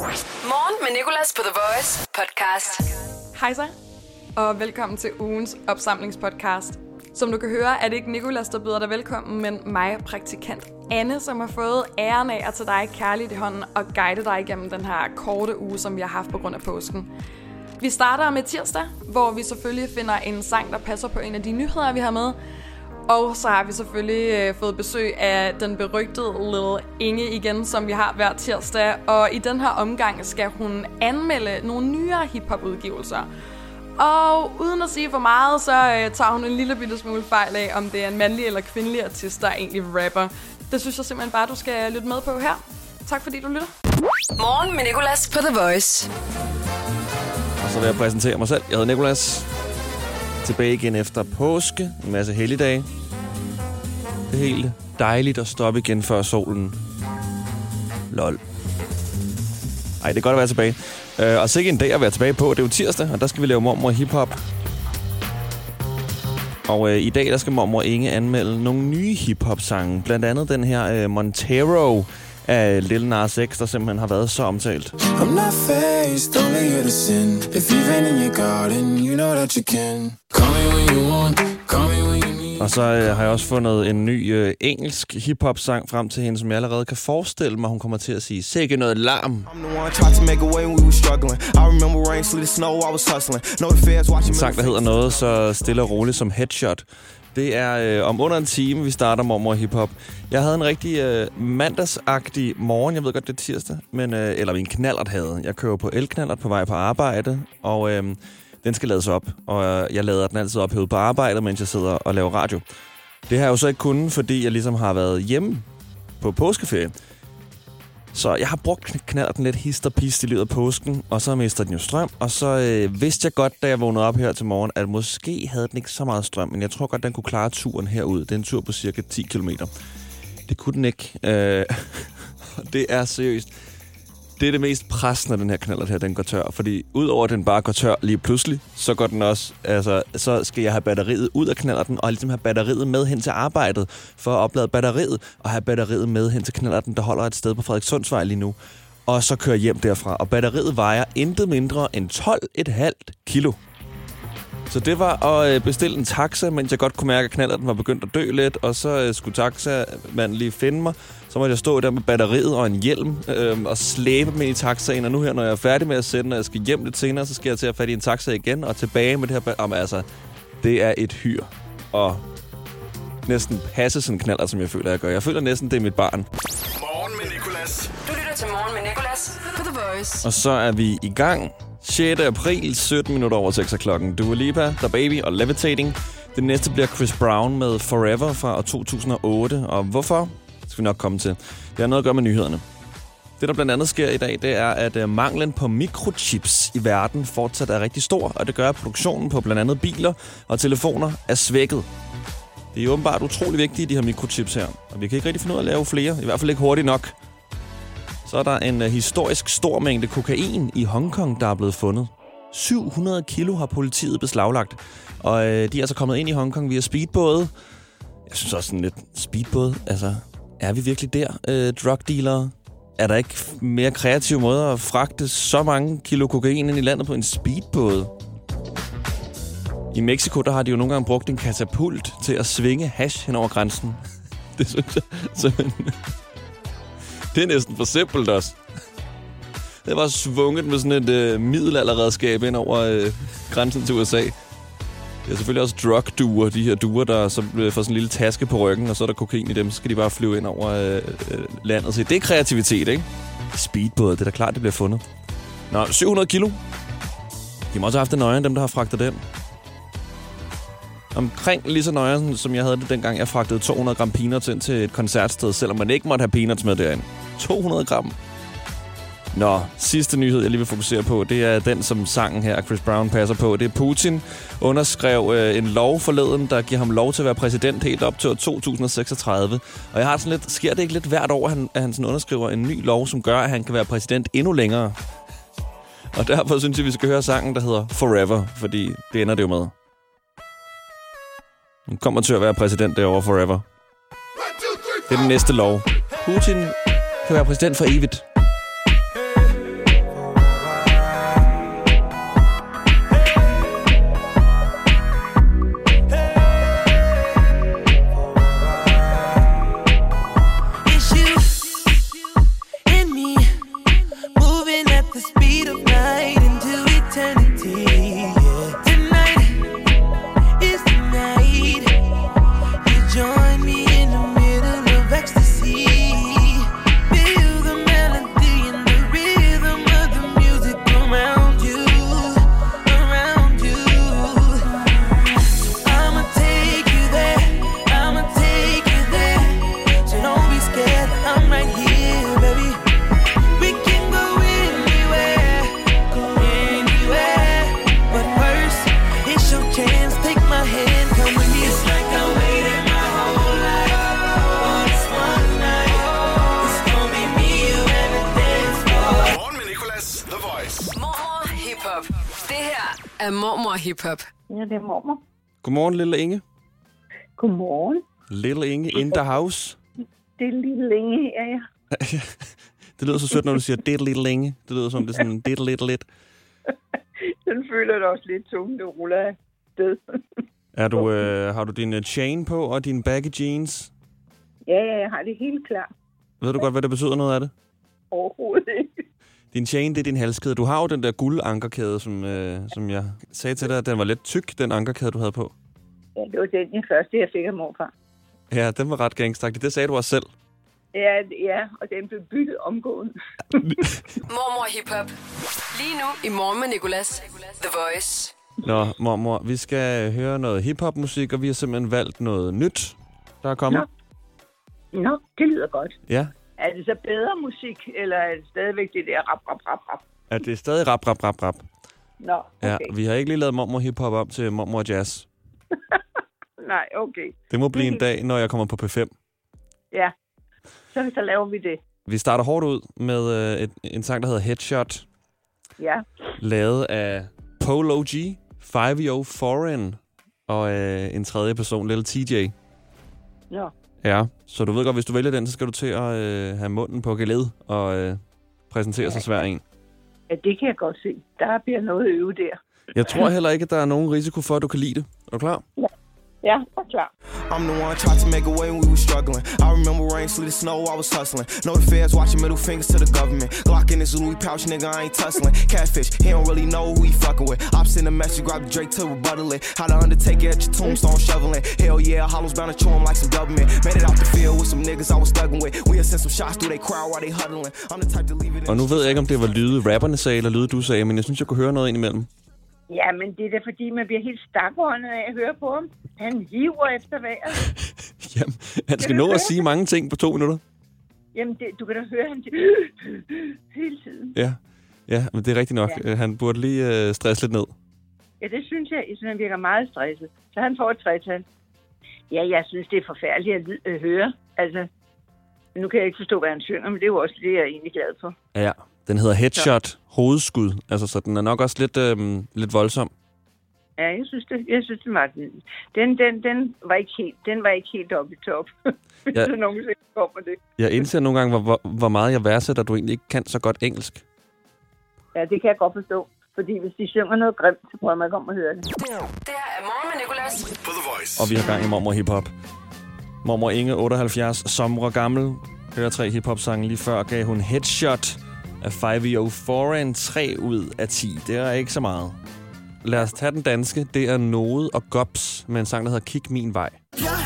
Morgen med Nicolas på The Voice podcast. Hej så, og velkommen til ugens opsamlingspodcast. Som du kan høre, er det ikke Nicolas, der byder dig velkommen, men mig, praktikant Anne, som har fået æren af at tage dig kærligt i hånden og guide dig igennem den her korte uge, som vi har haft på grund af påsken. Vi starter med tirsdag, hvor vi selvfølgelig finder en sang, der passer på en af de nyheder, vi har med. Og så har vi selvfølgelig fået besøg af den berygtede Lil Inge igen, som vi har hver tirsdag. Og i den her omgang skal hun anmelde nogle nyere hiphop-udgivelser. Og uden at sige for meget, så tager hun en lille bitte smule fejl af, om det er en mandlig eller kvindelig artist, der egentlig rapper. Det synes jeg simpelthen bare, du skal lytte med på her. Tak fordi du lytter. Morgen med Nicolas på The Voice. Og så vil jeg præsentere mig selv. Jeg hedder Nicolas. Tilbage igen efter påske. En masse helligdage. Det er helt dejligt at stoppe igen før solen. Lol. Ej, det er godt at være tilbage. Og sikke en dag at være tilbage på. Det er jo tirsdag, og der skal vi lave mormor hiphop. Og i dag der skal mormor Inge anmelde nogle nye hiphop-sange. Blandt andet den her Montero af Lil Nas X, der simpelthen har været så omtalt. I'm not faced, only here to sin. If you've been in your garden, you know that you can. Call me when you want, call me when you need. Og så har jeg også fundet en ny engelsk hiphop-sang frem til hende, som jeg allerede kan forestille mig, hun kommer til at sige, sikke noget larm. En sang, der hedder noget så stille og roligt som Headshot. Det er om under en time, vi starter mormor hiphop. Jeg havde en rigtig mandagsagtig morgen. Jeg ved godt, det er tirsdag, men eller min knallert havde. Jeg kører på elknallert på vej på arbejde, og den skal lades op. Og jeg lader den altid op herude på arbejdet, mens jeg sidder og laver radio. Det har jeg jo så ikke kunnet, fordi jeg ligesom har været hjemme på påskeferie. Så jeg har brugt knallerten lidt hist og pist i løbet af påsken, og så mister den jo strøm. Og så vidste jeg godt, da jeg vågnede op her til morgen, at måske havde den ikke så meget strøm, men jeg tror godt, den kunne klare turen herud. Det er en tur på cirka 10 km. Det kunne den ikke. Det er seriøst. Det er det mest pressende, den her knallert her, den går tør. Fordi udover at den bare går tør lige pludselig, så går den også, så skal jeg have batteriet ud af knallerten, og ligesom have batteriet med hen til arbejdet, for at oplade batteriet, og have batteriet med hen til knallerten, der holder et sted på Frederikssundsvej lige nu. Og så kører hjem derfra, og batteriet vejer intet mindre end 12,5 kilo. Så det var at bestille en taxa, mens jeg godt kunne mærke, at knallerten var begyndt at dø lidt, og så skulle taxamanden lige finde mig. Så måtte jeg stå der med batteriet og en hjelm og slæbe mig i taxaen. Og nu her, når jeg er færdig med at sætte, når jeg skal hjem lidt senere, så skal jeg til at fatte i en taxa igen og tilbage med det her. Det er et hyr. Og næsten passe sådan en knallert, som jeg føler, jeg gør. Jeg føler næsten, det er mit barn. Morgen med Nicolas. Du lytter til Morgen med Nicolas på The Voice. Og så er vi i gang. 6. april, 17 minutter over 6 klokken. Dua Lipa, The Baby og Levitating. Det næste bliver Chris Brown med Forever fra år 2008. Og hvorfor? Det skal vi nok komme til. Det har noget at gøre med nyhederne. Det, der blandt andet sker i dag, det er, at manglen på mikrochips i verden fortsat er rigtig stor. Og det gør, at produktionen på blandt andet biler og telefoner er svækket. Det er åbenbart utrolig vigtigt, de her mikrochips her. Og vi kan ikke rigtig finde ud af at lave flere. I hvert fald ikke hurtigt nok. Så er der en historisk stor mængde kokain i Hongkong, der er blevet fundet. 700 kilo har politiet beslaglagt. Og de er altså kommet ind i Hongkong via speedbåde. Jeg synes også sådan lidt speedbåde. Altså, er vi virkelig der, drugdealere? Er der ikke mere kreative måder at fragte så mange kilo kokain ind i landet på en speedbåde? I Mexico, der har de jo nogle gange brugt en katapult til at svinge hash hen over grænsen. Det synes jeg simpelthen... Det er næsten for simpelt også. Det var svunget med sådan et middelalderredskab ind over grænsen til USA. Det er selvfølgelig også drug-duer, de her duer, der så får sådan en lille taske på ryggen, og så er der kokain i dem, så skal de bare flyve ind over landet. Så det er kreativitet, ikke? Speedbåd, det er da klart, det bliver fundet. Nå, 700 kilo. De må også have haft det nøje, dem der har fragtet den. Omkring lige så nøje, som jeg havde det dengang, jeg fragtede 200 gram peanuts ind til et koncertsted, selvom man ikke måtte have peanuts med derinde. 200 gram. Nå, sidste nyhed, jeg lige vil fokusere på, det er den, som sangen her, Chris Brown, passer på. Det er Putin underskrev en lov forleden, der giver ham lov til at være præsident helt op til år 2036. Og jeg har sådan lidt, sker det ikke lidt hvert år, at han sådan underskriver en ny lov, som gør, at han kan være præsident endnu længere? Og derfor synes jeg, vi skal høre sangen, der hedder Forever, fordi det ender det jo med. Han kommer til at være præsident derovre forever. Det er den næste lov. Putin kan være præsident for evigt. er Mormor Hip-Hop. Ja, det er mormor. Godmorgen, lille Inge. Godmorgen. Lille Inge in the house. Det er lidt længe her, ja. Det lyder så sødt, når du siger, det er lidt længe. Det lyder som, det er sådan, det er lidt. Den føler det også lidt tungt, det ruller af sted. Har du din chain på og dine baggy jeans? Ja, jeg har det helt klart. Ved du godt, hvad det betyder noget af det? Overhovedet ikke. Din chain, det er din halskæde. Du har jo den der guldankerkæde, som jeg sagde til dig, at den var lidt tyk, den ankerkæde, du havde på. Ja, det var den første, jeg fik af morfar. Ja, den var ret gangstagtig. Det sagde du også selv. Ja, og den blev byttet omgående. Mormor Hip-Hop. Lige nu i Morgen med Nicolas. The Voice. Nå, mormor, vi skal høre noget hiphop-musik, og vi har simpelthen valgt noget nyt, der er kommet. Nå, det lyder godt. Ja. Er det så bedre musik, eller er det stadigvæk det der rap? Er det stadig rap? Nå, okay. Ja, vi har ikke lige lavet mormor hiphop op til mormor jazz. Nej, okay. Det må blive en dag, når jeg kommer på P5. Ja, så laver vi det. Vi starter hårdt ud med en sang, der hedder Headshot. Ja. Lavet af Polo G, 5-Yo Foreign og en tredje person, Lille TJ. Nå. Ja, så du ved godt, hvis du vælger den, så skal du til at have munden på geled og præsentere sig svær en. Ja, det kan jeg godt se. Der bliver noget at øve der. Jeg tror heller ikke, at der er nogen risiko for, at du kan lide det. Er du klar? Ja. Ja, så klar. I'm the one tried to make a way when we were struggling. I remember rain, sleet, and snow, I was hustling. Know the feds watching, middle fingers to the government. Glock in his Louis pouch, nigga, I ain't tussling. Catfish, he don't really know who he fucking with. I've sent a message, grab the Drake to rebuttal it. How to undertake it at your tombstone shoveling. Hell yeah, Hollow's bound to chew him like some government. Made it out the field with some niggas I was thugging with. We have sent some shots through they crowd while they huddling. I'm the type to leave it in. Og nu ved jeg ikke, om det var lyde rapperne sagde, eller lyde du sagde, men jeg synes, jeg kunne høre noget ind imellem. Ja, men det er da fordi, man bliver helt stakåndet af at høre på ham. Han hiver efter vejret. Jamen, han skal nå at sige mange ting på 2 minutter. Jamen, du kan da høre han hele tiden. Ja, men det er rigtigt nok. Ja. Han burde lige stresse lidt ned. Ja, det synes jeg. Jeg synes, han virker meget stresset. Så han får et 3-tal. Ja, jeg synes, det er forfærdeligt at høre. Altså, nu kan jeg ikke forstå, hvad han synger, men det er jo også det, jeg er egentlig glad for. Ja, den hedder Headshot, hovedskud. Altså, så den er nok også lidt voldsom. Ja, jeg synes det var den var ikke helt oppe i top. Hvis der nogensinde kommer det. Jeg indser nogle gange, hvor meget jeg værdsætter, at du egentlig ikke kan så godt engelsk. Ja, det kan jeg godt forstå. Fordi hvis de synger noget grimt, så prøver man ikke om at høre det. Det her er Morgen med Nicolas. På The Voice. Og vi har gang i mormor hiphop. Mormor Inge, 78, somre gammel. Hører 3 hiphop-sange lige før, gav hun Headshot af 5-Yo Foreign 3 ud af 10. Det er ikke så meget. Lad os tage den danske. Det er Node og Gobs med en sang, der hedder Kig min vej.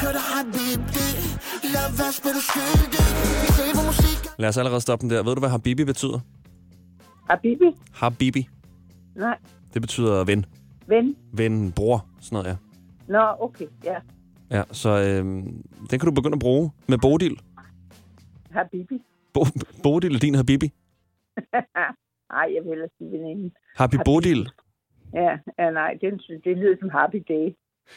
Lad os allerede stoppe den der. Ved du, hvad Habibi betyder? Habibi? Habibi. Nej. Det betyder ven. Ven? Ven, bror, sådan noget, ja. Nå, okay, ja. Ja, så den kan du begynde at bruge med Bodil. Habibi? Bodil er din Habibi? Nej, jeg vil hellere sige veninde. Happy Bodil? Ja, nej, det lyder som Happy Day.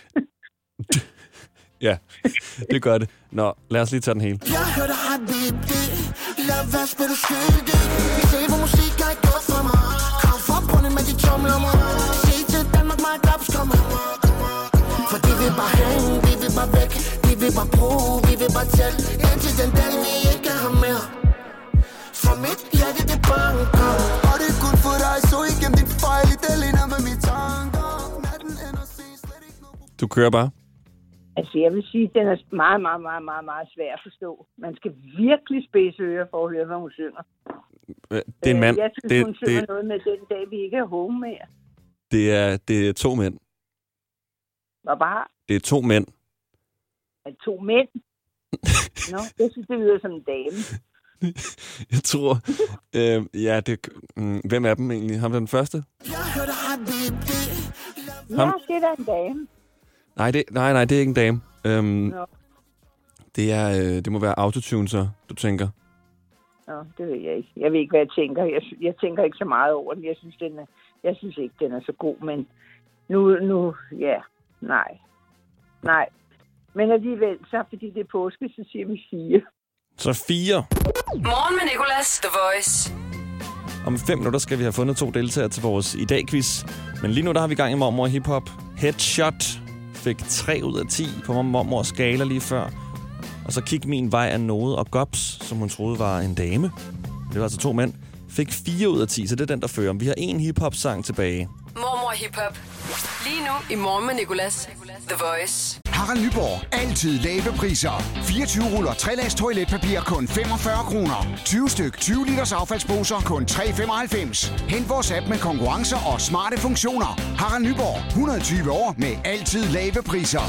Ja, det gør det. Nå, lad os lige tage den hele. Jeg hørte Habibi, lad være spille skyldig. Vi ser, hvor musik er godt for mig. Kom for bunden med de tomler mig. Se til Danmark, mig Gobs kommer. For de vil bare hænge, de vil bare væk. De vil bare bruge, vi vil bare tælle. Indtil den dag, vi ikke er her mere. For mit hjerte, det banker. Og det er kun for dig, så igennem din fejl. I det ligner med mine tanker. Natten ender sen, slet ikke noget. Du kører bare? Altså, jeg vil sige, at den er meget, meget, meget, meget, meget svær at forstå. Man skal virkelig spidse ører for at høre, hvad hun synger. Det er en mand. Jeg synes, hun synger noget med den dag, vi ikke er home mere. Det er 2 mænd. Hvad bare? Det er 2 mænd. Er 2 mænd? Nå, jeg synes, det lyder som en dame. Jeg tror... hvem er dem egentlig? Ham den første? Jeg hørte Habibi. Ja, det er da en dame. Nej, det er ikke en dame. Det må være autotune, så du tænker. Nå, det ved jeg ikke. Jeg ved ikke, hvad jeg tænker. Jeg tænker ikke så meget over den. Jeg synes ikke, den er så god, men nu, ja, nej. Men alligevel, så fordi det er påske, så siger vi 4. Så 4. Morgen med Nicolas, The Voice. Om 5 minutter skal vi have fundet 2 deltagere til vores i dag-quiz. Men lige nu der har vi gang i Mormor Hip-Hop. Headshot fik 3 ud af 10 på Mormors skala lige før. Og så Kig Min Vej af Node og Gobs, som hun troede var en dame. Det var altså 2 mænd. Fik 4 ud af 10, så det er den, der fører. Vi har 1 hip-hop-sang tilbage. Mormor Hip-Hop. Lige nu i Morgen med Nicolas. The Voice. Harald Nyborg. Altid lave priser. 24 ruller 3-lags toiletpapir kun 45 kroner. 20 styk 20 liters affaldsposer kun 3,95. Hent vores app med konkurrencer og smarte funktioner. Harald Nyborg. 120 år med altid lave priser.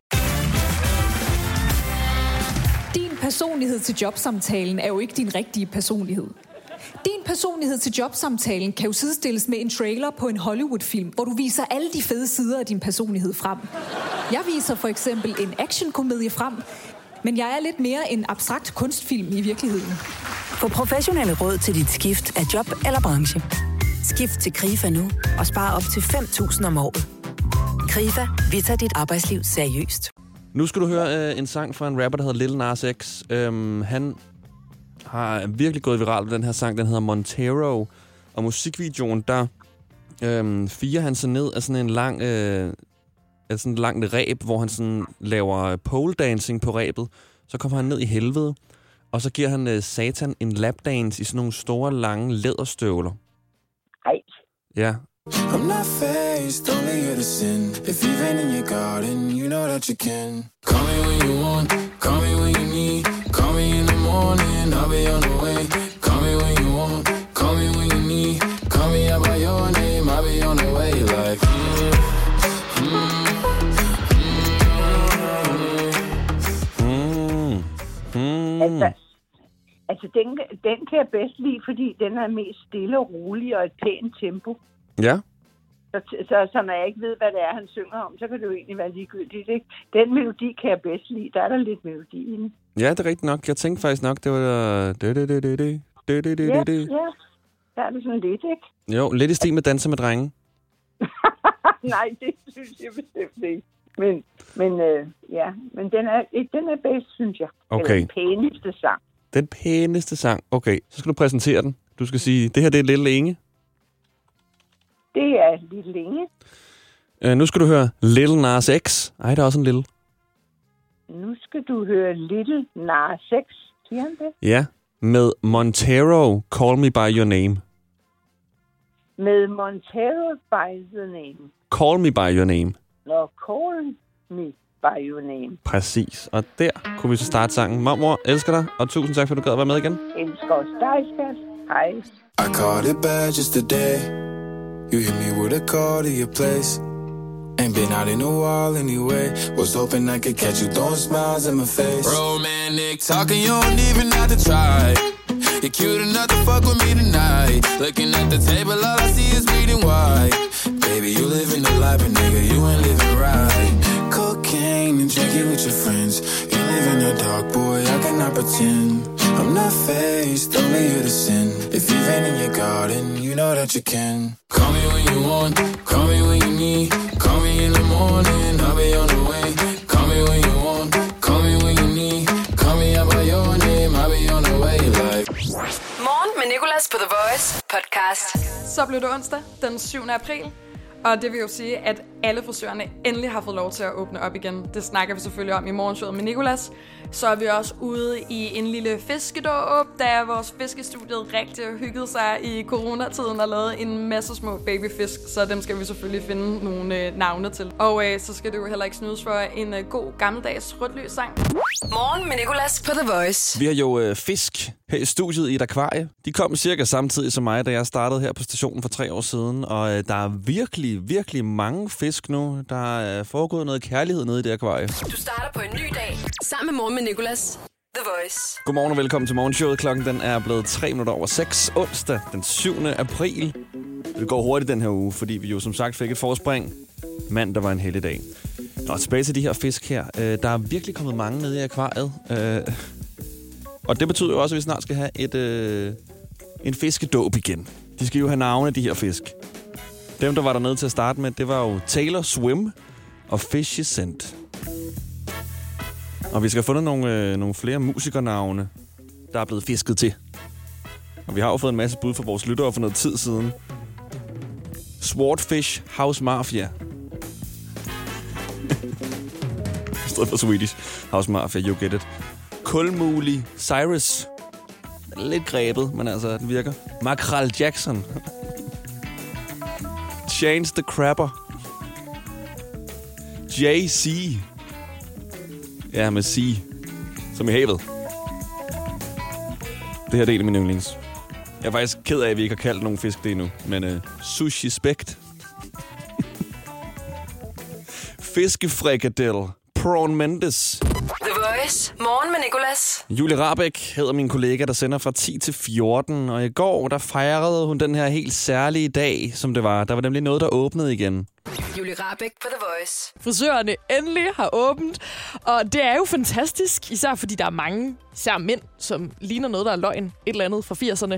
Din personlighed til jobsamtalen er jo ikke din rigtige personlighed. Din personlighed til jobsamtalen kan jo sidestilles med en trailer på en Hollywood-film, hvor du viser alle de fede sider af din personlighed frem. Jeg viser for eksempel en actionkomedie frem, men jeg er lidt mere en abstrakt kunstfilm i virkeligheden. Få professionelle råd til dit skift af job eller branche. Skift til KRIFA nu og spar op til 5.000 om året. KRIFA, vi tager dit arbejdsliv seriøst. Nu skal du høre en sang fra en rapper, der hedder Lil Nas X. Han har virkelig gået viralt med den her sang. Den hedder Montero. Og musikvideoen, der firer han sig ned af sådan en lang... sådan et langt ræb, hvor han sådan laver pole dancing på ræbet. Så kommer han ned i helvede, og så giver han Satan en lapdance i sådan nogle store, lange læderstøvler. Ej. Ja. I'm not faced, only here to sin. If you've been in your garden, you know that you can. Call me when you want, call me when you need. Call me in the morning, I'll be on the way. Call me when you want, call me when you need. Call me out by your name, I'll be on the way. Like, Altså den kan jeg bedst lide, fordi den er mest stille og rolig og et pænt tempo. Ja. Så når jeg ikke ved, hvad det er, han synger om, så kan det jo egentlig være ligegyldigt, ikke? Den melodi kan jeg bedst lide. Der er der lidt melodi i den. Ja, det er rigtigt nok. Jeg tænkte faktisk nok, det var... Ja, der er det sådan lidt, ikke? Jo, lidt i stil med Danser med drenge. Nej, det synes jeg bestemt ikke. Men den er bedst, synes jeg. Okay. Eller den pæneste sang. Den pæneste sang. Okay, så skal du præsentere den. Du skal sige, det her det er Lille Inge. Det er Lille Inge. Nu skal du høre Lil Nas X. Ej, der er også en lille. Nu skal du høre Lil Nas X. Siger han det? Ja, med Montero, Call Me By Your Name. Med Montero by the name. Call Me By Your Name. Nå, Call Me By Your Name. Præcis. Og der kunne vi så starte sangen. Mormor, elsker dig, og tusind tak, for at du gad at være med igen. Elsker også dig, skat. Hej. I caught it bad just today. You hit me with a call to your place. Ain't been out in a while anyway. Was hoping I could catch you throwing smiles in my face. Romantic talking, you don't even have to try. You're cute enough to fuck with me tonight. Looking at the table, all I see is bleeding white. Baby, you living the life, but nigga, you ain't living right. Cocaine and drinking with your friends. You live in the dark, boy, I cannot pretend. I'm not faced, only here to sin. If you've been in your garden, you know that you can. Call me when you want, call me when you need. Call me in the morning, I'll be on the way. Call me when you want, call me when you need. Call me out by your name, I'll be on the way. Like Morgen med Nicolas på The Voice podcast. Så blev det onsdag den 7. april. Og det vil jo sige, at alle frisørerne endelig har fået lov til at åbne op igen. Det snakker vi selvfølgelig om i morgenshowet med Nicolas. Så er vi også ude i en lille fiskedåb, da vores fiskestudie rigtig hyggede sig i coronatiden og lavede en masse små babyfisk. Så dem skal vi selvfølgelig finde nogle navne til. Og så skal det jo heller ikke snydes for en god gammeldags rødløs-sang. Morgen med Nicolas på The Voice. Vi har jo fisk her i studiet i et akvarie. De kom cirka samtidig som mig, da jeg startede her på stationen for 3 år siden. Og der er virkelig mange fisk nu. Der er foregået noget kærlighed nede i det akvarie. Du starter på en ny dag sammen med Morgen med Nicolas. The Voice. Godmorgen og velkommen til morgenshowet. Klokken den er blevet 6:03 onsdag den 7. april. Det går hurtigt den her uge, fordi vi jo som sagt fik et forspring. Mandag var en heldig dag. Nå, tilbage til de her fisk her. Der er virkelig kommet mange nede i akvariet. Og det betyder jo også, at vi snart skal have en fiskedåb igen. De skal jo have navne, de her fisk. Dem, der var dernede til at starte med, det var jo Taylor Swim og Fishy Scent. Og vi skal have fundet nogle flere musikernavne, der er blevet fisket til. Og vi har jo fået en masse bud fra vores lyttere for noget tid siden. Swordfish House Mafia. I stedet for Swedish House Mafia, you get it. Kulmuli Cyrus. Lidt grebet, men altså, den virker. Makrel Jackson. Chance the Crapper. JC. Ja, med C. Som i havet. Det her er en af mine yndlings. Jeg er faktisk ked af, at vi ikke har kaldt nogen fisk det endnu. Men sushi spekt. Fiskefrikadelle. Prawn Mendes. The Voice. Morgen med Nicolas. Julie Rahbek hedder min kollega, der sender fra 10 til 14. Og i går, der fejrede hun den her helt særlige dag, som det var. Der var nemlig noget, der åbnede igen. Julie Rahbek på The Voice. Frisørerne endelig har åbent, og det er jo fantastisk, især fordi der er mange, især mænd, som ligner noget, der er løgn, et eller andet fra 80'erne.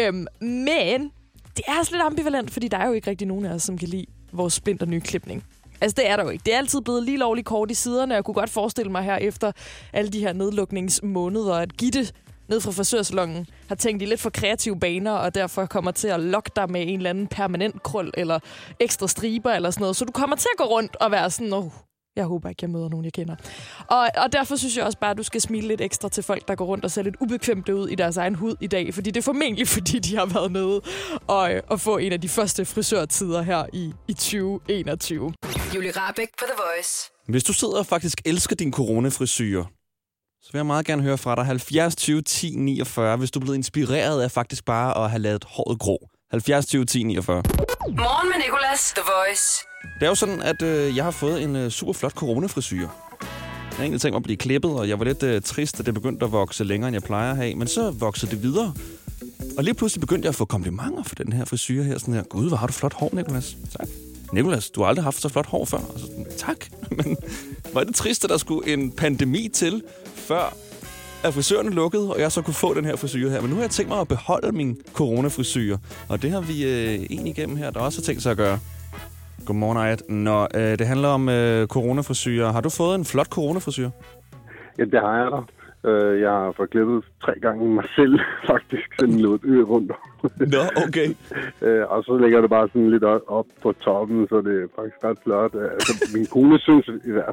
Men det er også lidt ambivalent, fordi der er jo ikke rigtig nogen af os, som kan lide vores splinter nye klipning. Altså, det er der jo ikke. Det er altid blevet lige lovligt kort i siderne, og jeg kunne godt forestille mig her efter alle de her nedlukningsmåneder, at Gitte ned fra frisørsalongen har tænkt i lidt for kreative baner, og derfor kommer til at lokke dig med en eller anden permanent krøl, eller ekstra striber, eller sådan noget. Så du kommer til at gå rundt og være sådan, jeg håber ikke, jeg møder nogen, jeg kender. Og derfor synes jeg også bare, at du skal smile lidt ekstra til folk, der går rundt og ser lidt ubekvemt ud i deres egen hud i dag. Fordi det er formentlig, fordi de har været nede og få en af de første frisørtider her i 2021. Julie Rahbek på The Voice. Hvis du sidder og faktisk elsker din coronafrisyre, så vil jeg meget gerne høre fra dig. 70 20 10 49, hvis du er blevet inspireret af faktisk bare at have lavet håret grå. 70 20 10 49. Morgen med Nicolas, The Voice. Det er jo sådan, at jeg har fået en super flot coronafrisyre. Jeg har egentlig tænkt mig at blive klippet, og jeg var lidt trist, at det begyndte at vokse længere, end jeg plejer at have. Men så voksede det videre. Og lige pludselig begyndte jeg at få komplimenter for den her frisyre her. Sådan her, gud, hvor har du flot hår, Nicolas. Tak. Nicolas, du har aldrig haft så flot hår før. Altså, tak. Men var det trist, at der skulle en pandemi til, før at frisørerne lukkede, og jeg så kunne få den her frisyre her. Men nu har jeg tænkt mig at beholde min coronafrisyre. Og det har vi en igennem her, der også har tænkt sig at gøre. Godmorgen, Ayat. Det handler om coronafrisyre. Har du fået en flot coronafrisyre? Ja, det har jeg da. Jeg har fået klippet 3 gange mig selv, faktisk, sådan lidt rundt. Nå, okay. Og så ligger det bare sådan lidt op på toppen, så det er faktisk ret flot. Altså, min kone synes i hvert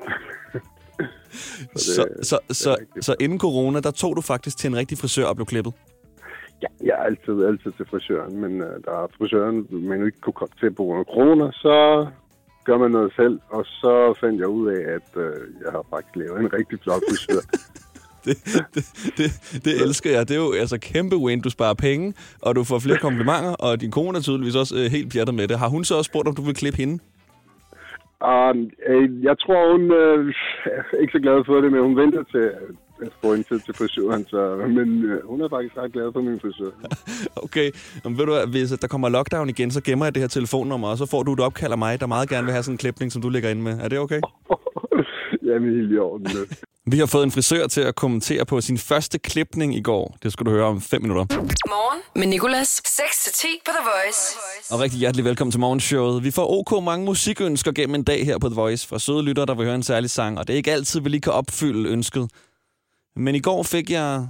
fald. Så inden corona, der tog du faktisk til en rigtig frisør og blev klippet? Ja, jeg er altid til frisøren, men der er frisøren, man ikke kunne komme til på grund af corona, så gør man noget selv, og så fandt jeg ud af, at jeg har faktisk lavet en rigtig flot frisør. Det elsker jeg. Det er jo altså kæmpe win. Du sparer penge, og du får flere komplimenter, og din kone er tydeligvis også helt pjattet med det. Har hun så også spurgt, om du vil klippe hende? Jeg tror, hun er ikke så glad for det, men hun venter til at få en tid til frisøren. Men hun er faktisk ret glad for min frisør. Okay. Men ved du, hvis der kommer lockdown igen, så gemmer jeg det her telefonnummer, og så får du et opkald af mig, der meget gerne vil have sådan en klipning, som du ligger inde med. Er det okay? Jamen, helt i orden. Vi har fået en frisør til at kommentere på sin første klipning i går. Det skal du høre om 5 minutter. Morgen med Nicolas. 6-10 på The Voice. Og rigtig hjertelig velkommen til morgenshowet. Vi får OK mange musikønsker gennem en dag her på The Voice fra søde lyttere, der vil høre en særlig sang. Og det er ikke altid, vi lige kan opfylde ønsket. Men i går fik jeg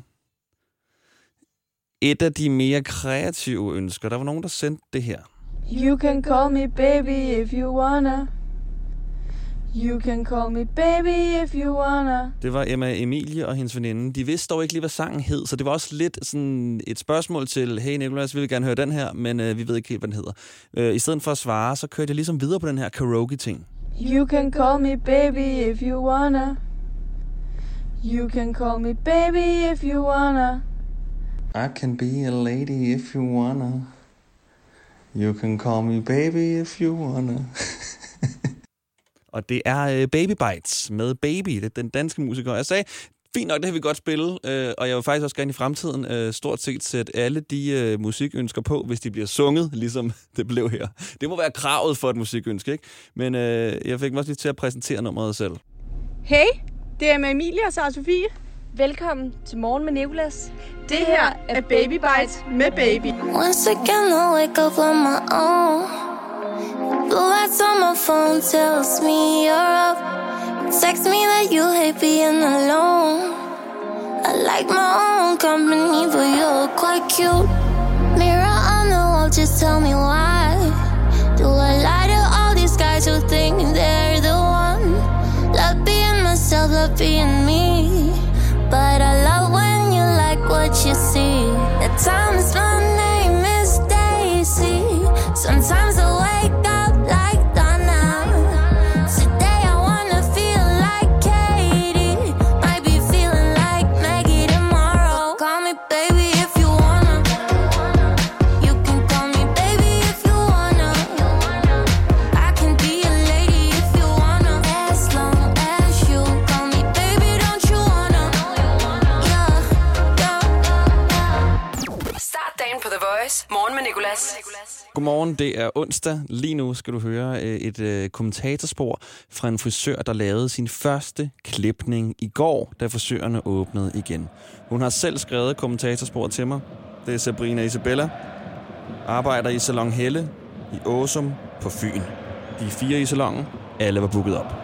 et af de mere kreative ønsker. Der var nogen, der sendte det her. You can call me baby if you wanna. You can call me baby if you wanna. Det var Emma Emilie og hendes veninde. De vidste dog ikke lige, hvad sangen hed, så det var også lidt sådan et spørgsmål til, hey Nicolas, vi vil gerne høre den her, men vi ved ikke helt, hvad den hedder. I stedet for at svare, så kørte jeg ligesom videre på den her karaoke-ting. You can call me baby if you wanna. You can call me baby if you wanna. I can be a lady if you wanna. You can call me baby if you wanna. Og det er Baby Bites med Baby, det er den danske musiker. Jeg sagde, fint nok, det har vi godt spille, og jeg vil faktisk også gerne i fremtiden stort set sætte alle de musikønsker på, hvis de bliver sunget, ligesom det blev her. Det må være kravet for et musikønske, ikke? Men jeg fik mig også lige til at præsentere nummeret selv. Hey, det er med Emilie og Sara Sofie. Velkommen til Morgen med Nicolas. Det her er Baby Bites med Baby. Once again I wake up on my own. Blue lights on my phone tells me you're up. Text me that you hate being alone. I like my own company, but you're quite cute. Mirror on the wall, just tell me why. Do I lie to all these guys who think they're the one? Love being myself, love being me. But I love when you like what you see. At times my name is Daisy. Sometimes I wake up like Donna. Today I wanna feel like Katie. Might be feeling like Maggie tomorrow. So call me baby if you wanna. You can call me baby if you wanna. I can be a lady if you wanna. As long as you call me baby, don't you wanna? Yeah, yeah. Start dagen på The Voice. Morgen med Nicolas. Godmorgen, det er onsdag. Lige nu skal du høre et kommentatorspor fra en frisør, der lavede sin første klipning i går, da frisørerne åbnede igen. Hun har selv skrevet kommentatorspor til mig. Det er Sabrina Isabella. Arbejder i Salon Helle i Åsum på Fyn. De er 4 i salonen. Alle var booket op.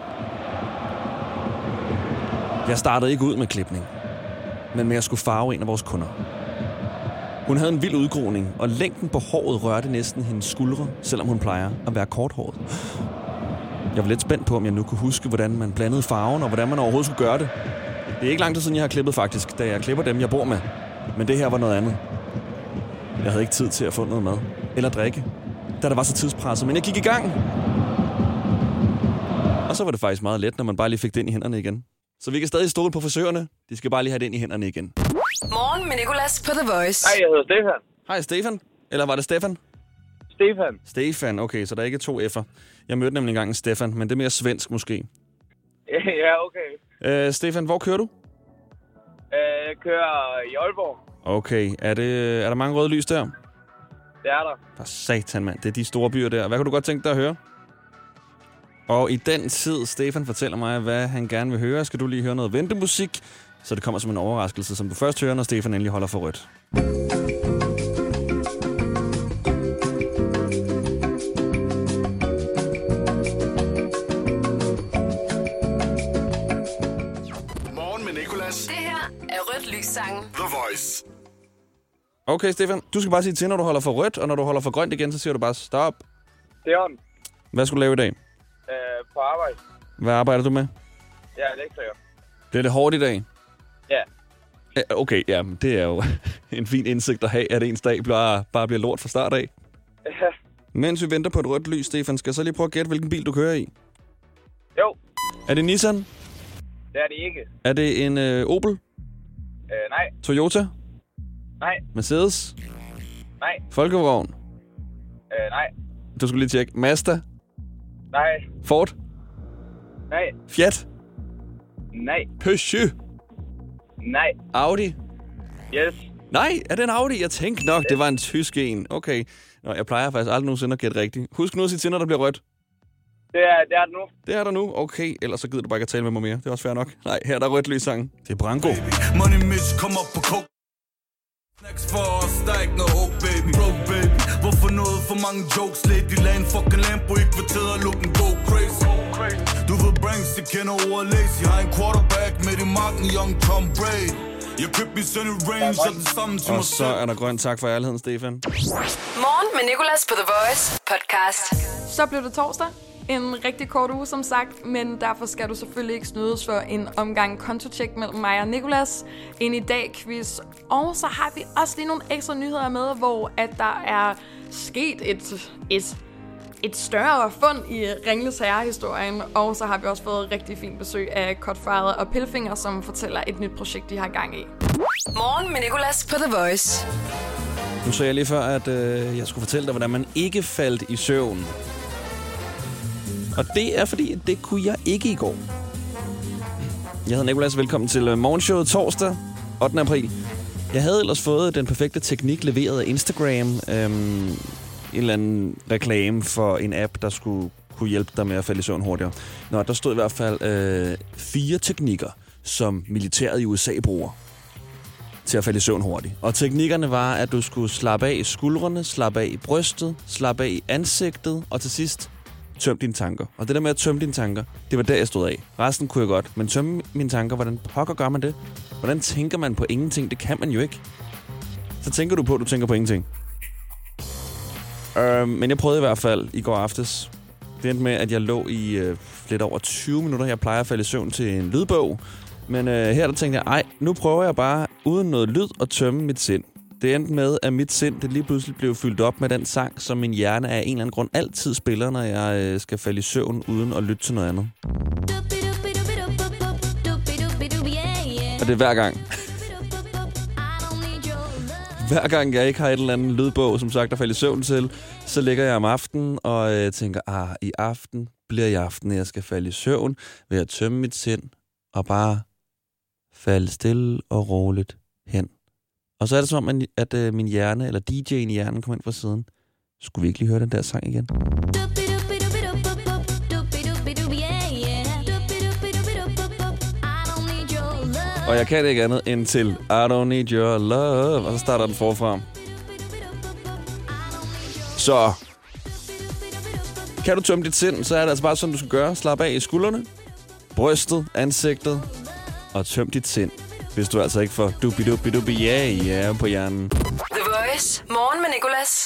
Jeg startede ikke ud med klipning, men med at skulle farve en af vores kunder. Hun havde en vild udgroning, og længden på håret rørte næsten hendes skuldre, selvom hun plejer at være korthåret. Jeg var lidt spændt på, om jeg nu kunne huske, hvordan man blandede farven, og hvordan man overhovedet skulle gøre det. Det er ikke lang tid siden, jeg har klippet faktisk, da jeg klipper dem, jeg bor med. Men det her var noget andet. Jeg havde ikke tid til at få noget mad eller drikke, da der var så tidspresset, men jeg gik i gang. Og så var det faktisk meget let, når man bare lige fik det ind i hænderne igen. Så vi kan stadig stole på frisørerne. De skal bare lige have det ind i hænderne igen. Morgen med Nicolas på The Voice. Hej, jeg hedder Stefan. Hej Stefan. Eller var det Stefan? Stefan. Stefan, okay, så der er ikke 2 F'er. Jeg mødte nemlig engang en Stefan, men det er mere svensk måske. Ja, okay. Stefan, hvor kører du? Jeg kører i Aalborg. Okay, er der mange røde lys der? Det er der. For satan, mand. Det er de store byer der. Hvad kunne du godt tænke dig at høre? Og i den tid, Stefan fortæller mig, hvad han gerne vil høre, skal du lige høre noget ventemusik, så det kommer som en overraskelse, som du først hører, når Stefan endelig holder for rødt. Morgen med Nicolas. Det her er Rødt Lys-sangen. The Voice. Okay, Stefan, du skal bare sige til, når du holder for rødt, og når du holder for grønt igen, så siger du bare stop. Det er den. Hvad skal du lave i dag? På arbejde. Hvad arbejder du med? Jeg er elektriker. Det er det hårdt i dag? Ja. Okay, ja, det er jo en fin indsigt at have, at ens dag bare bliver lort fra start af. Ja. Mens vi venter på et rødt lys, Stefan, skal jeg så lige prøve at gætte, hvilken bil du kører i? Jo. Er det Nissan? Det er det ikke. Er det en Opel? Nej. Toyota? Nej. Mercedes? Nej. Folkevogn? Nej. Du skulle lige tjekke. Mazda? Nej. Ford? Nej. Fiat? Nej. Peugeot? Nej. Audi? Yes. Nej, er det en Audi? Jeg tænkte nok, det var en tysk en. Okay. Nå, jeg plejer faktisk aldrig nogensinde at gætte rigtigt. Husk nu at sige til, når der bliver rødt. Det er det nu. Det er der nu? Okay, ellers så gider du bare ikke at tale med mig mere. Det er også fair nok. Nej, her er der rødt lyssangen. Det er Branko. Money Mitch, kom op på coke. Snacks for os, der er ikke noget hope, baby. Broke, baby. Hvorfor noget for mange jokes? Lady Lane, fucking Lambo i kvarteret, looking go crazy. Du ved, Branks, de kender ordet lazy. Har en quarterback med i marken, young Tom Brady. Jeg købte min søn i range, og den samme til mig selv. Og så er der grønt. Tak for ærligheden, Stefan. Morgen med Nicolas på The Voice podcast. Så blev det torsdag. En rigtig kort uge, som sagt, men derfor skal du selvfølgelig ikke snydes for en omgang kontotjek mellem mig og Nicolas. En i dag quiz. Og så har vi også lige nogle ekstra nyheder med, hvor at der er sket et større fund i Ringles Herre-historien. Og så har vi også fået rigtig fint besøg af Cutfather og Pilfinger, som fortæller et nyt projekt, de har gang i. Morgen med Nicolas på The Voice. Nu sagde jeg lige før, at jeg skulle fortælle dig, hvordan man ikke faldt i søvn. Og det er fordi, det kunne jeg ikke i går. Jeg hedder Nicolas, velkommen til morgenshowet torsdag 8. april. Jeg havde ellers fået den perfekte teknik leveret af Instagram. En eller anden reklame for en app, der skulle kunne hjælpe dig med at falde i søvn hurtigere. Nå, der stod i hvert fald 4 teknikker, som militæret i USA bruger til at falde i søvn hurtigt. Og teknikkerne var, at du skulle slappe af i skuldrene, slappe af i brystet, slappe af i ansigtet, og til sidst tøm dine tanker. Og det der med at tømme dine tanker, det var der, jeg stod af. Resten kunne jeg godt, men tømme mine tanker, hvordan pokker gør man det? Hvordan tænker man på ingenting? Det kan man jo ikke. Så tænker du på, at du tænker på ingenting. Men jeg prøvede i hvert fald i går aftes. Det endte med, at jeg lå i lidt over 20 minutter. Jeg plejer at falde i søvn til en lydbog. Men her der tænkte jeg, nu prøver jeg bare uden noget lyd at tømme mit sind. Det endte med, at mit sind det lige pludselig blev fyldt op med den sang, som min hjerne af en eller anden grund altid spiller, når jeg skal falde i søvn uden at lytte til noget andet. Og det er hver gang. Hver gang jeg ikke har et eller andet lydbog, som sagt, der falder i søvn til, så ligger jeg om aftenen og tænker, i aften bliver i aften, jeg skal falde i søvn ved at tømme mit sind og bare falde stille og roligt hen. Og så er det som om, at min hjerne, eller DJ'en i hjernen, kommer ind fra siden. Skulle vi ikke lige høre den der sang igen? Og jeg kan ikke andet end til I don't need your love. Og så starter den forfra. Så kan du tømme dit sind, så er det altså bare sådan, du skal gøre. Slap af i skuldrene, brystet, ansigtet og tøm dit sind. Hvis du altså ikke får dubi ja på hjernen. The Voice. Morgen med Nicolas.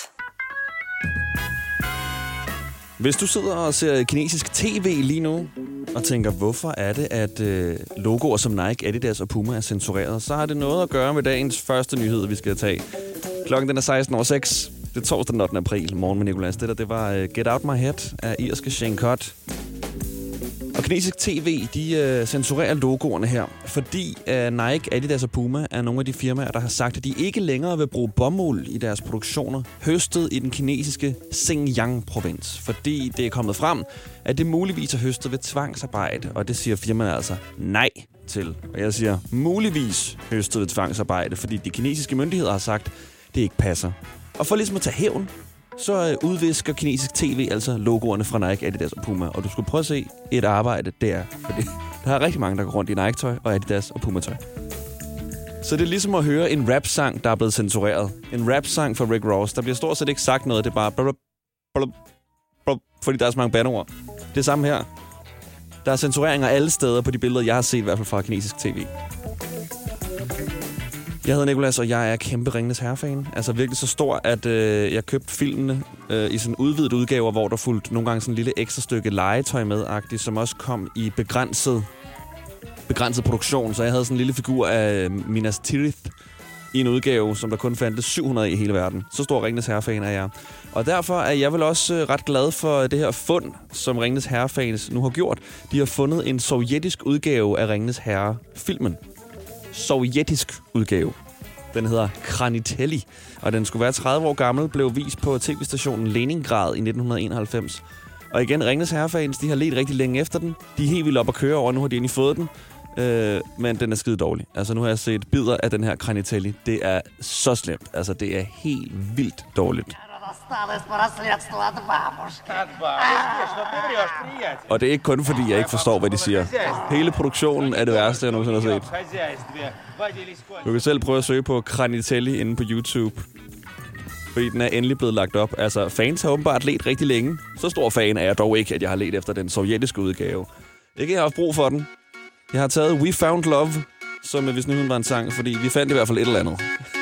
Hvis du sidder og ser kinesisk tv lige nu, og tænker, hvorfor er det, at logoer som Nike, Adidas og Puma er censureret, så har det noget at gøre med dagens første nyhed, vi skal tage. Klokken den er 16:06. Det er torsdag den 8. april. Morgen med Nicolas. Det var Get Out My Head af irske Shane Cott. Og kinesisk tv, de censurerer logoerne her, fordi Nike, Adidas og Puma er nogle af de firmaer, der har sagt, at de ikke længere vil bruge bomuld i deres produktioner, høstet i den kinesiske Xinjiang-provins. Fordi det er kommet frem, at det muligvis er høstet ved tvangsarbejde, og det siger firmaet altså nej til. Og jeg siger muligvis høstet ved tvangsarbejde, fordi de kinesiske myndigheder har sagt, det ikke passer. Og for ligesom at tage hævn, så udvisker kinesisk tv altså logoerne fra Nike, Adidas og Puma. Og du skulle prøve at se et arbejde der. Fordi der er rigtig mange, der går rundt i Nike-tøj og Adidas og Puma-tøj. Så det er ligesom at høre en rap-sang, der er blevet censureret. En rap-sang fra Rick Ross. Der bliver stort set ikke sagt noget. Det er bare... fordi der er så mange bandeord. Det er samme her. Der er censureringer alle steder på de billeder, jeg har set, i hvert fald fra kinesisk tv. Jeg hedder Nicolas, og jeg er kæmpe Ringenes Herre-fan. Altså virkelig så stor, at jeg købte filmene i sådan udvidet udgaver, hvor der fulgte nogle gange sådan en lille ekstra stykke legetøj med-agtigt, som også kom i begrænset produktion. Så jeg havde sådan en lille figur af Minas Tirith i en udgave, som der kun fandtes 700 i hele verden. Så stor Ringenes Herre-fan er jeg. Og derfor er jeg vel også ret glad for det her fund, som Ringenes Herre-fans nu har gjort. De har fundet en sovjetisk udgave af Ringenes Herre-filmen. Sovjetisk udgave. Den hedder Kranitelli, og den skulle være 30 år gammel, blev vist på tv-stationen Leningrad i 1991. Og igen, Ringenes Herre-fans, de har ledt rigtig længe efter den. De er helt vildt op at køre over, nu har de endelig fået den. Men den er skide dårlig. Altså nu har jeg set bidder af den her Kranitelli. Det er så slemt. Altså det er helt vildt dårligt. Og det er ikke kun fordi, jeg ikke forstår, hvad de siger. Hele produktionen er det værste, jeg nogensinde har set. Du kan selv prøve at søge på Kranitelli inde på YouTube. Fordi den er endelig blevet lagt op. Altså, fans har åbenbart ledt rigtig længe. Så stor fan er jeg dog ikke, at jeg har ledt efter den sovjetiske udgave. Ikke, jeg har haft brug for den. Jeg har taget We Found Love, som hvis nu var en sang, fordi vi fandt i hvert fald et eller andet.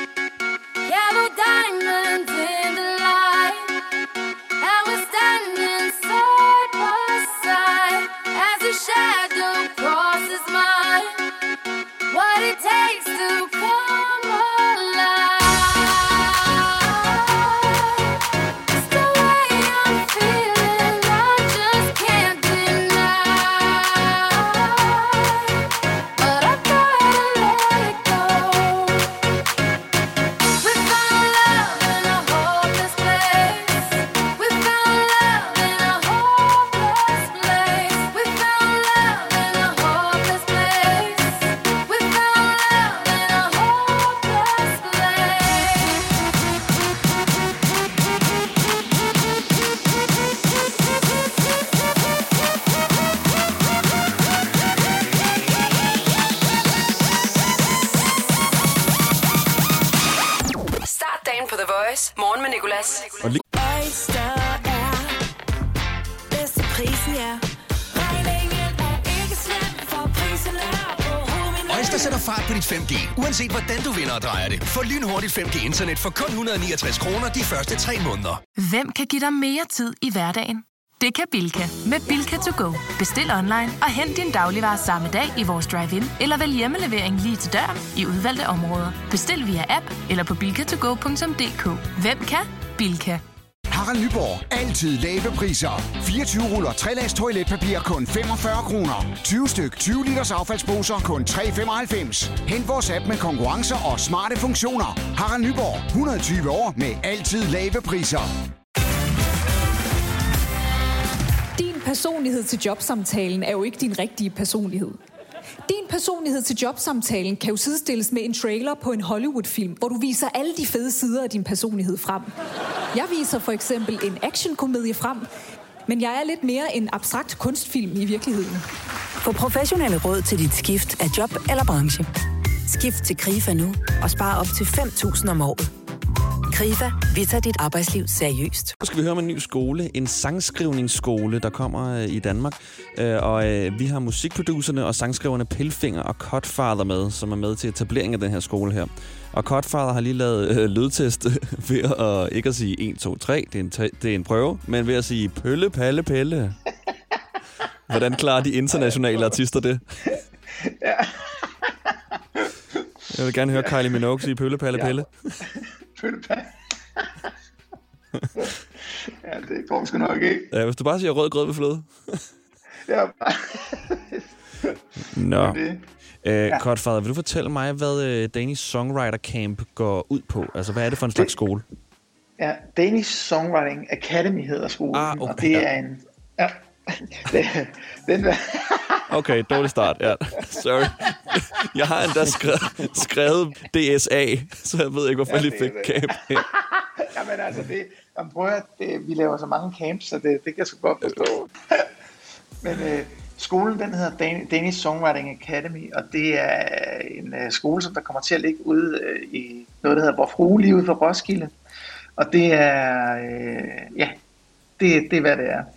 Morgen med Nicolas. Oyster er bedst til prisen, ja. Regningen er ikke slem, for prisen er på hovedet. Bajs, der sætter fart på dit 5G, uanset hvordan du vinder og drejer det. Få lynhurtigt 5G-internet for kun 169 kroner de første 3 måneder. Hvem kan give dig mere tid i hverdagen? Det kan Bilka. Med Bilka to go. Bestil online og hent din dagligvarer samme dag i vores drive-in, eller vælg hjemmelevering lige til døren i udvalgte områder. Bestil via app eller på bilkatogo.dk. Hvem kan? Bilka. Harald Nyborg. Altid lave priser. 24 ruller 3-lags toiletpapir kun 45 kroner. 20 styk 20 liters affaldsposer kun 3,95. Hent vores app med konkurrencer og smarte funktioner. Harald Nyborg. 120 år med altid lave priser. Din personlighed til jobsamtalen er jo ikke din rigtige personlighed. Din personlighed til jobsamtalen kan jo sidestilles med en trailer på en Hollywood-film, hvor du viser alle de fede sider af din personlighed frem. Jeg viser for eksempel en actionkomedie frem, men jeg er lidt mere en abstrakt kunstfilm i virkeligheden. Få professionelle råd til dit skift af job eller branche. Skift til Krifa nu og spare op til 5.000 om året. Krifa, vi tager dit arbejdsliv seriøst. Nu skal vi høre om en ny skole, en sangskrivningsskole, der kommer i Danmark. Og vi har musikproducerne og sangskriverne Pelfinger og Cutfather med, som er med til etableringen af den her skole her. Og Cutfather har lige lavet lydtest ved at ikke at sige 1, 2, 3, det er en prøve, men ved at sige pølle, palle, pelle. Hvordan klarer de internationale artister det? Ja. Jeg vil gerne høre Kylie Minogue sige pølle, palle, pelle. Pøllepalle. Ja, det går sgu nok ikke. Ja, hvis du bare siger rød grød ved fløde. Ja. Nå. Cutfather, vil du fortælle mig, hvad Danish Songwriter Camp går ud på? Altså, hvad er det for en slags skole? Ja, Danish Songwriting Academy hedder skolen, okay, og det er en... Ja, den der... Okay, dårlig start, ja. Sorry. Jeg har endda skrevet DSA, så jeg ved ikke, hvorfor jeg lige fik camp her. Jamen altså, prøv at vi laver så mange camps, så det kan jeg sgu godt forstå. Men skolen, den hedder Danish Songwriting Academy, og det er en skole, som der kommer til at ligge ude i noget, der hedder Vor Frue, lige ude for Roskilde. Og det er, det er, hvad det er.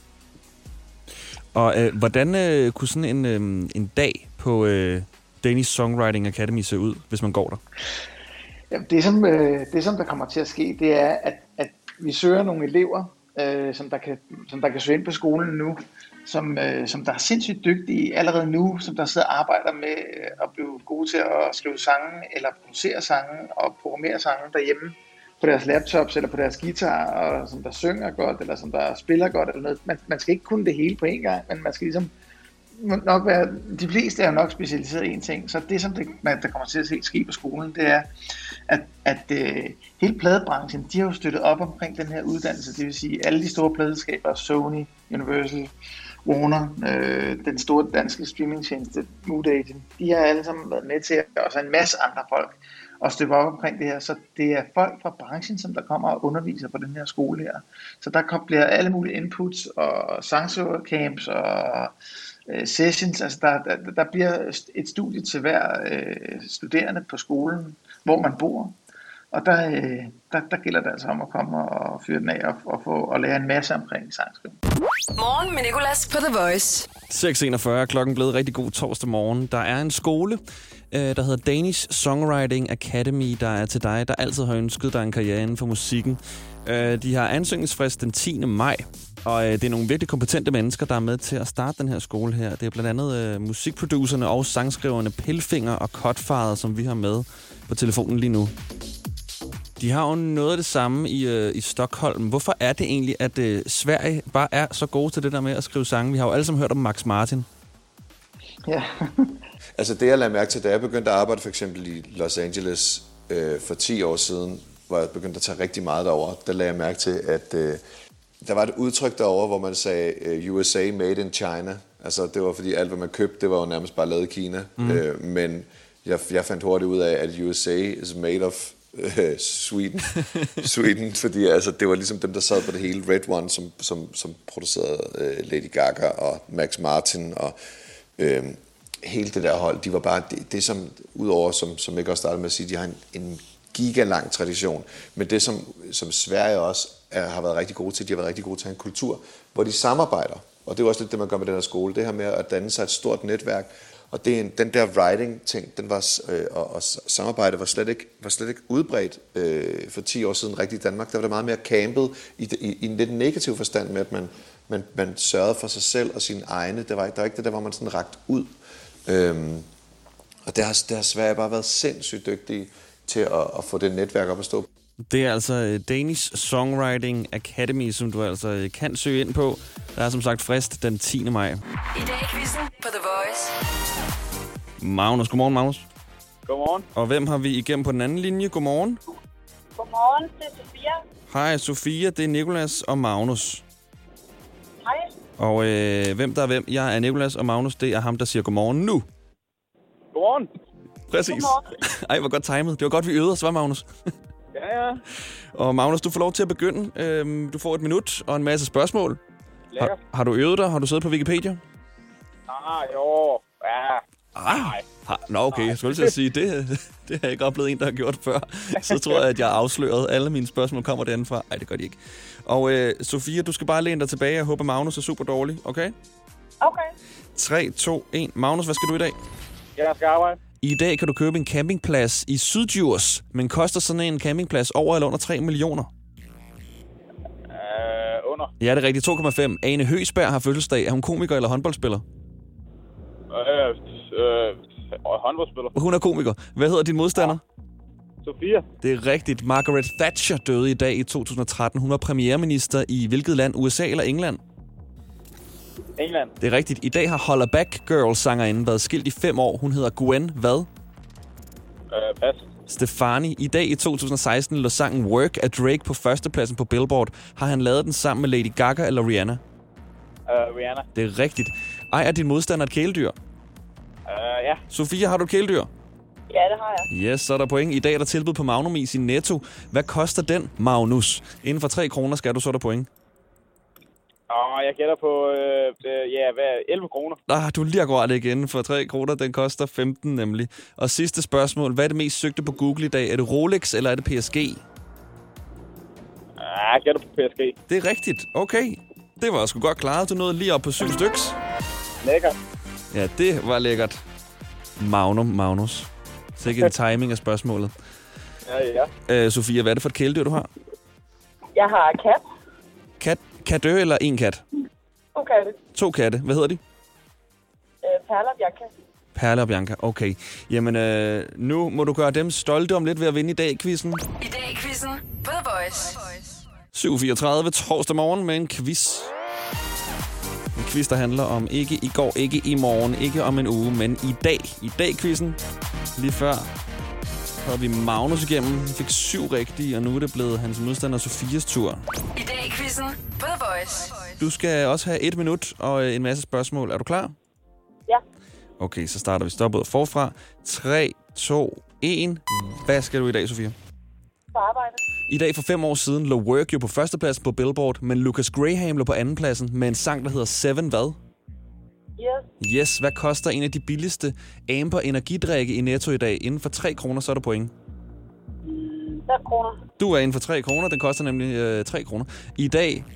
Og hvordan kunne sådan en dag på Danish Songwriting Academy se ud, hvis man går der? Jamen, det som der kommer til at ske, det er, at vi søger nogle elever, som der kan søge ind på skolen nu, som der er sindssygt dygtige allerede nu, som der sidder og arbejder med at blive gode til at skrive sange, eller producere sange og programmere sange derhjemme på deres laptops eller på deres guitar, og som der synger godt, eller som der spiller godt, eller noget. Man skal ikke kunne det hele på en gang, men man skal ligesom nok være, de fleste er nok specialiseret i en ting, så det som der kommer til at ske på skolen, det er, at hele pladebranchen, de har jo støttet op omkring den her uddannelse, det vil sige alle de store pladeselskaber, Sony, Universal, Warner, den store danske streamingtjeneste, Mood Agent, de har alle sammen været med til, og så en masse andre folk, og støtte op omkring det her, så det er folk fra branchen, som der kommer og underviser på den her skole her. Så der bliver alle mulige inputs og sangsøvercamps og sessions, altså der bliver et studie til hver studerende på skolen, hvor man bor. Og der gælder det altså om at komme og fyre den af og lære en masse omkring sangskrivning. Morgen med Nicolas på The Voice. 6:41, klokken blevet rigtig god torsdag morgen. Der er en skole, der hedder Danish Songwriting Academy, der er til dig, der altid har ønsket dig en karriere inden for musikken. De har ansøgningsfrist den 10. maj, og det er nogle virkelig kompetente mennesker, der er med til at starte den her skole her. Det er blandt andet musikproducerne og sangskriverne Pelfinger og Cutfather, som vi har med på telefonen lige nu. De har jo noget af det samme i Stockholm. Hvorfor er det egentlig, at Sverige bare er så gode til det der med at skrive sange? Vi har jo alle sammen hørt om Max Martin. Ja. Altså det, jeg lagde mærke til, da jeg begyndte at arbejde for eksempel i Los Angeles for 10 år siden, hvor jeg begyndte at tage rigtig meget derover, der lagde jeg mærke til, at der var et udtryk derover, hvor man sagde USA made in China. Altså det var fordi alt, hvad man købte, det var jo nærmest bare lavet i Kina. Men jeg fandt hurtigt ud af, at USA is made of Sweden, fordi altså, det var ligesom dem, der sad på det hele. Red One, som producerede Lady Gaga og Max Martin og hele det der hold. De var bare det som, udover som jeg også startede med at sige, de har en gigalang tradition. Men det som Sverige også har været rigtig gode til, de har været rigtig gode til at have en kultur, hvor de samarbejder. Og det er også lidt det, man gør med den her skole. Det her med at danne sig et stort netværk Og den der writing-ting, den var, og samarbejde var slet ikke udbredt for 10 år siden rigtigt i Danmark. Der var det meget mere campet i en lidt negativ forstand med, at man sørgede for sig selv og sine egne. Der var ikke det der, hvor man sådan rakt ud. Og der har Sverige bare været sindssygt dygtige til at få det netværk op at stå. Det er altså Danish Songwriting Academy, som du altså kan søge ind på. Der er som sagt frist den 10. maj. I dag i quizzen på The Voice. Magnus, godmorgen Magnus. Godmorgen. Og hvem har vi igennem på den anden linje? Godmorgen. Godmorgen, det er Sofia. Hej Sofia, det er Nicolas og Magnus. Hej. Og hvem der er hvem? Jeg er Nicolas, og Magnus, det er ham, der siger godmorgen nu. Godmorgen. Præcis. Godmorgen. Ej, hvor godt timet. Det var godt, vi øvede os, var Magnus? Ja. Og Magnus, du får lov til at begynde. Du får 1 minut og en masse spørgsmål. Lækkert. Har du øvet dig? Har du siddet på Wikipedia? Jo. Ja. Nå, okay. Jeg skulle til at sige, det har jeg ikke oplevet en, der har gjort før. Så tror jeg, at jeg har afsløret. Alle mine spørgsmål kommer derindefra. Nej, det gør de ikke. Og Sofia, du skal bare læne dig tilbage. Jeg håber, Magnus er super dårlig. Okay? Okay. 3, 2, 1. Magnus, hvad skal du i dag? Jeg skal arbejde. I dag kan du købe en campingplads i Syddjurs, men koster sådan en campingplads over eller under 3 millioner? Under. Ja, det er rigtigt. 2,5. Ane Høgsberg har fødselsdag. Er hun komiker eller håndboldspiller? Håndboldspiller. Hun er komiker. Hvad hedder din modstander? Sofia. Det er rigtigt. Margaret Thatcher døde i dag i 2013. Hun var premierminister i hvilket land? USA eller England? England. Det er rigtigt. I dag har Holla Back Girl-sangerinden været skilt i 5 år. Hun hedder Gwen hvad? Pas. Stefani. I dag i 2016 lå sangen Work af Drake på førstepladsen på Billboard. Har han lavet den sammen med Lady Gaga eller Rihanna? Rihanna. Det er rigtigt. Ejer din modstander et kæledyr? Ja. Sofia, har du et kæledyr? Ja, det har jeg. Yes, så er der point. I dag er der tilbud på Magnumis i Netto. Hvad koster den, Magnus? Inden for 3 kroner skal du, så er der point. Jeg gætter på 11 kroner. Du er lige akkurat ikke inden for 3 kroner. Den koster 15 nemlig. Og sidste spørgsmål. Hvad er det mest søgte på Google i dag? Er det Rolex, eller er det PSG? Jeg gætter på PSG. Det er rigtigt. Okay. Det var sgu godt klaret. Du nåede lige op på 7 styks. Lækkert. Ja, det var lækkert. Magnus. Sikke en timing af spørgsmålet. Ja. Sofia, hvad er det for et kæledyr, du har? Jeg har kat. Katte eller en kat? 2 katte. 2 katte. Hvad hedder de? Perle og Bianca. Perle og Bianca, okay. Jamen, nu må du gøre dem stolte om lidt ved at vinde i dag i quizzen. I dag i quizzen på The Voice. 7:34 torsdag morgen med en quiz. En quiz, der handler om ikke i går, ikke i morgen, ikke om en uge, men i dag. I dag quizzen. Lige før havde vi Magnus igennem. Han fik 7 rigtige, og nu er det blevet hans modstander Sofias tur. I dag i quizzen på The Voice. Du skal også have 1 minut og en masse spørgsmål. Er du klar? Ja. Okay, så starter vi stoppet forfra. 3, 2, 1. Hvad skal du i dag, Sofia? På arbejde. I dag for 5 år siden lå Work jo på førstepladsen på Billboard, men Lucas Graham lå på andenpladsen med en sang, der hedder Seven hvad? Yes, hvad koster en af de billigste Amber energidrikke i Netto i dag? Inden for 3 kroner, så er der point. 5 kroner. Du er inden for 3 kroner, den koster nemlig 3 kroner. I dag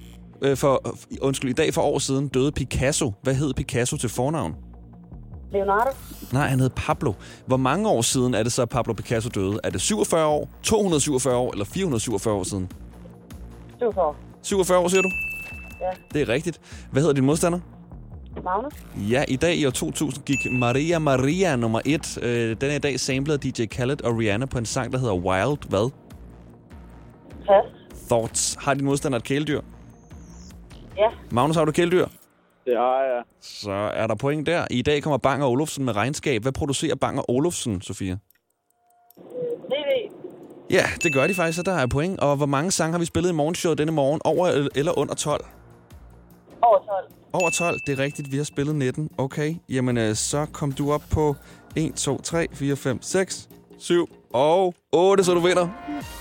for år siden døde Picasso. Hvad hed Picasso til fornavn? Leonardo. Nej, han hed Pablo. Hvor mange år siden er det så, Pablo Picasso døde? Er det 47 år, 247 år eller 447 år siden? 47 år. 47 år, siger du? Ja. Det er rigtigt. Hvad hedder din modstander? Magnus. Ja, i dag i år 2000 gik Maria nummer 1. Den er i dag samlet af DJ Khaled og Rihanna på en sang, der hedder Wild hvad? Pas. Thoughts. Har din modstander et kæledyr? Ja. Magnus, har du et kæledyr? Det har jeg. Så er der point der. I dag kommer Bang & Olufsen med regnskab. Hvad producerer Bang & Olufsen, Sofia? TV. Ja, det gør de faktisk, så der er point. Og hvor mange sange har vi spillet i morgenshowet denne morgen? Over eller under 12? Over 12. Over 12, det er rigtigt. Vi har spillet 19. Okay, jamen så kom du op på 1, 2, 3, 4, 5, 6, 7 og 8, så du vinder.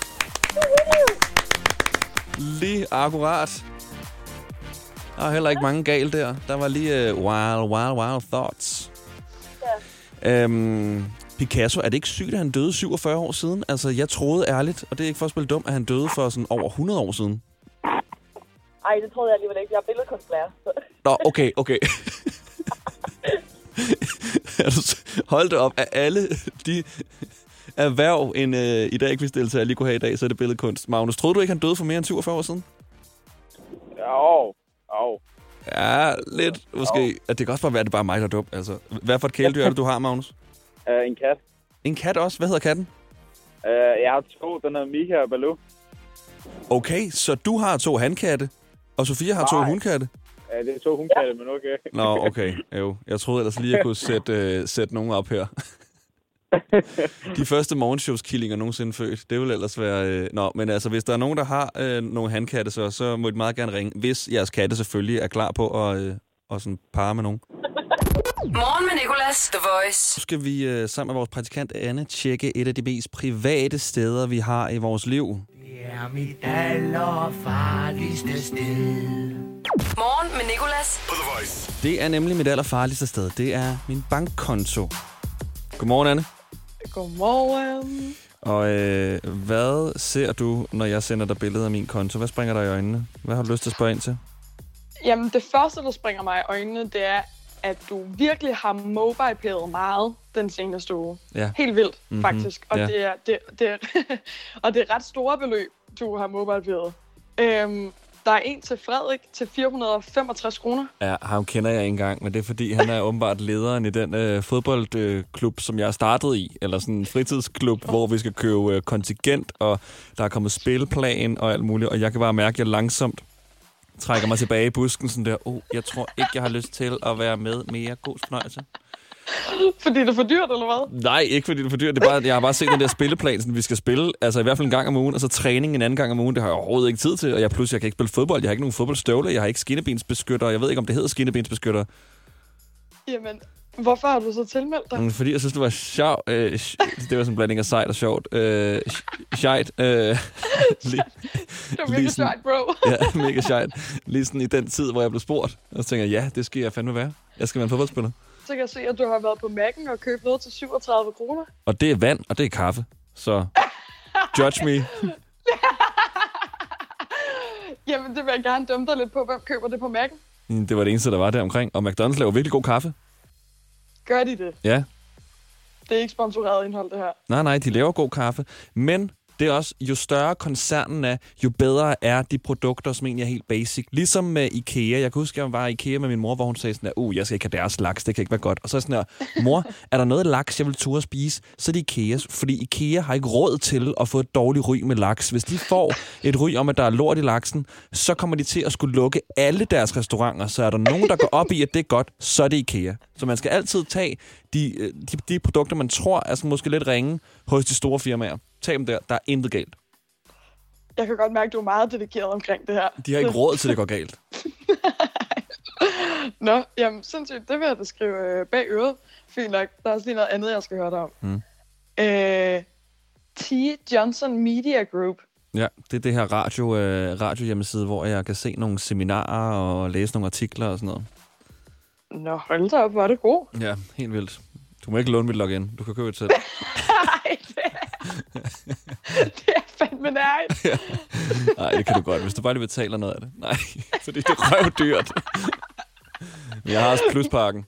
Lige akkurat. Der er heller ikke mange galt der. Der var lige wild thoughts. Ja. Picasso, er det ikke sygt, at han døde 47 år siden? Altså, jeg troede ærligt, og det er ikke for at spille dum, at han døde for sådan over 100 år siden. Ej, det troede jeg alligevel ikke. Jeg er billedkunstlærer. Nå, okay. Hold det op. Af alle de erhverv, en i dag quizdeltager lige kunne have i dag, så er det billedkunst. Magnus, troede du ikke, han døde for mere end 47 år siden? Jo. Ja, lidt måske. Det kan også bare være, at det bare er mig, der er dum. Altså, hvad for et kæledyr er det, du har, Magnus? En kat. En kat også? Hvad hedder katten? Jeg har 2. Den hedder Mika og Baloo. Okay, så du har 2 hankatte, og Sofia har 2 hundkatte? Ja, det er 2 hundkatte, men okay. Nå, okay. Jo. Jeg troede ellers lige, at jeg kunne sætte nogen op her. De første morgenshowskillinger nogensinde født. Det vil ellers være... Nå, men altså, hvis der er nogen, der har nogle hankatte, så må de meget gerne ringe. Hvis jeres katte selvfølgelig er klar på at sådan parre med nogen. Morgen med Nicolas, The Voice. Nu skal vi sammen med vores praktikant Anne tjekke et af de mest private steder, vi har i vores liv. Det er mit allerfarligste sted. Morgen med Nicolas. På The Voice. Det er nemlig mit allerfarligste sted. Det er min bankkonto. Godmorgen, Anne. Godmorgen. Og hvad ser du, når jeg sender dig billeder af min konto? Hvad springer der i øjnene? Hvad har du lyst til at spørge ind til? Jamen, det første, der springer mig i øjnene, det er, at du virkelig har mobile-payet meget den seneste uge. Ja. Helt vildt, faktisk. Og, ja. og det er ret store beløb, du har mobile-payet. Der er en til Frederik til 465 kroner. Ja, ham kender jeg ikke engang, men det er fordi, han er åbenbart lederen i den fodboldklub, som jeg startede i. Eller sådan en fritidsklub, hvor vi skal købe kontingent, og der er kommet spilplan og alt muligt. Og jeg kan bare mærke, at jeg langsomt trækker mig tilbage i busken sådan der. Jeg tror ikke, jeg har lyst til at være med mere. God fornøjelse. Fordi det er for dyrt, eller hvad? Nej, ikke fordi det er for dyrt. Det er bare, jeg har bare set den der spilleplan, sådan, vi skal spille. Altså i hvert fald en gang om ugen, og så træning en anden gang om ugen. Det har jeg overhovedet ikke tid til. Og jeg kan ikke spille fodbold. Jeg har ikke nogen fodboldstøvler. Jeg har ikke skinnebensbeskytter. Jeg ved ikke, om det hedder skinnebensbeskytter. Jamen, hvorfor har du så tilmeldt dig? Fordi jeg synes, det var sjovt. Det var sådan en blanding af sejt og sjovt. Sjejt. Det var mega sjejt, bro. Ja, mega sjejt. Lige sådan i den tid, hvor jeg blev spurgt. Og så tænker jeg, ja, det skal jeg fandme være. Jeg skal være en fodboldspiller. Så kan jeg se, at du har været på Mac'en og købt noget til 37 kroner. Og det er vand, og det er kaffe. Så judge me. Jamen, det vil jeg gerne dømme dig lidt på. Hvem køber det på Mac'en? Det var det eneste, der var der omkring. Og McDonald's laver virkelig god kaffe. Gør de det? Ja. Det er ikke sponsoreret indhold, det her. Nej, de laver god kaffe. Men det er også, jo større koncernen er, jo bedre er de produkter, som egentlig er helt basic. Ligesom med IKEA. Jeg kan huske, at jeg var i IKEA med min mor, hvor hun sagde sådan her, jeg skal ikke have deres laks, det kan ikke være godt. Og så er sådan her, mor, er der noget laks, jeg vil turde spise, så er det IKEAs. Fordi IKEA har ikke råd til at få et dårligt ry med laks. Hvis de får et ry om, at der er lort i laksen, så kommer de til at skulle lukke alle deres restauranter. Så er der nogen, der går op i, at det er godt, så er det IKEA. Så man skal altid tage de produkter, man tror er sådan måske lidt ringe hos de store firmaer. Tag dem der. Der er intet galt. Jeg kan godt mærke, at du er meget dedikeret omkring det her. De har ikke råd til, det går galt. Nå, jamen sindssygt. Det vil jeg da skrive bag øret. Fint nok. Der er også lige noget andet, jeg skal høre dig om. T. Johnson Media Group. Ja, det er det her radio-hjemmeside, hvor jeg kan se nogle seminarer og læse nogle artikler og sådan noget. Nå, hold da op, var det god. Ja, helt vildt. Du må ikke låne mit login. Du kan købe et selv. Nej, det er fandme nærigt. Ja. Nej, det kan du godt, hvis du bare lige betaler noget af det. Nej, fordi det er røvdyrt. Men jeg har også pluspakken.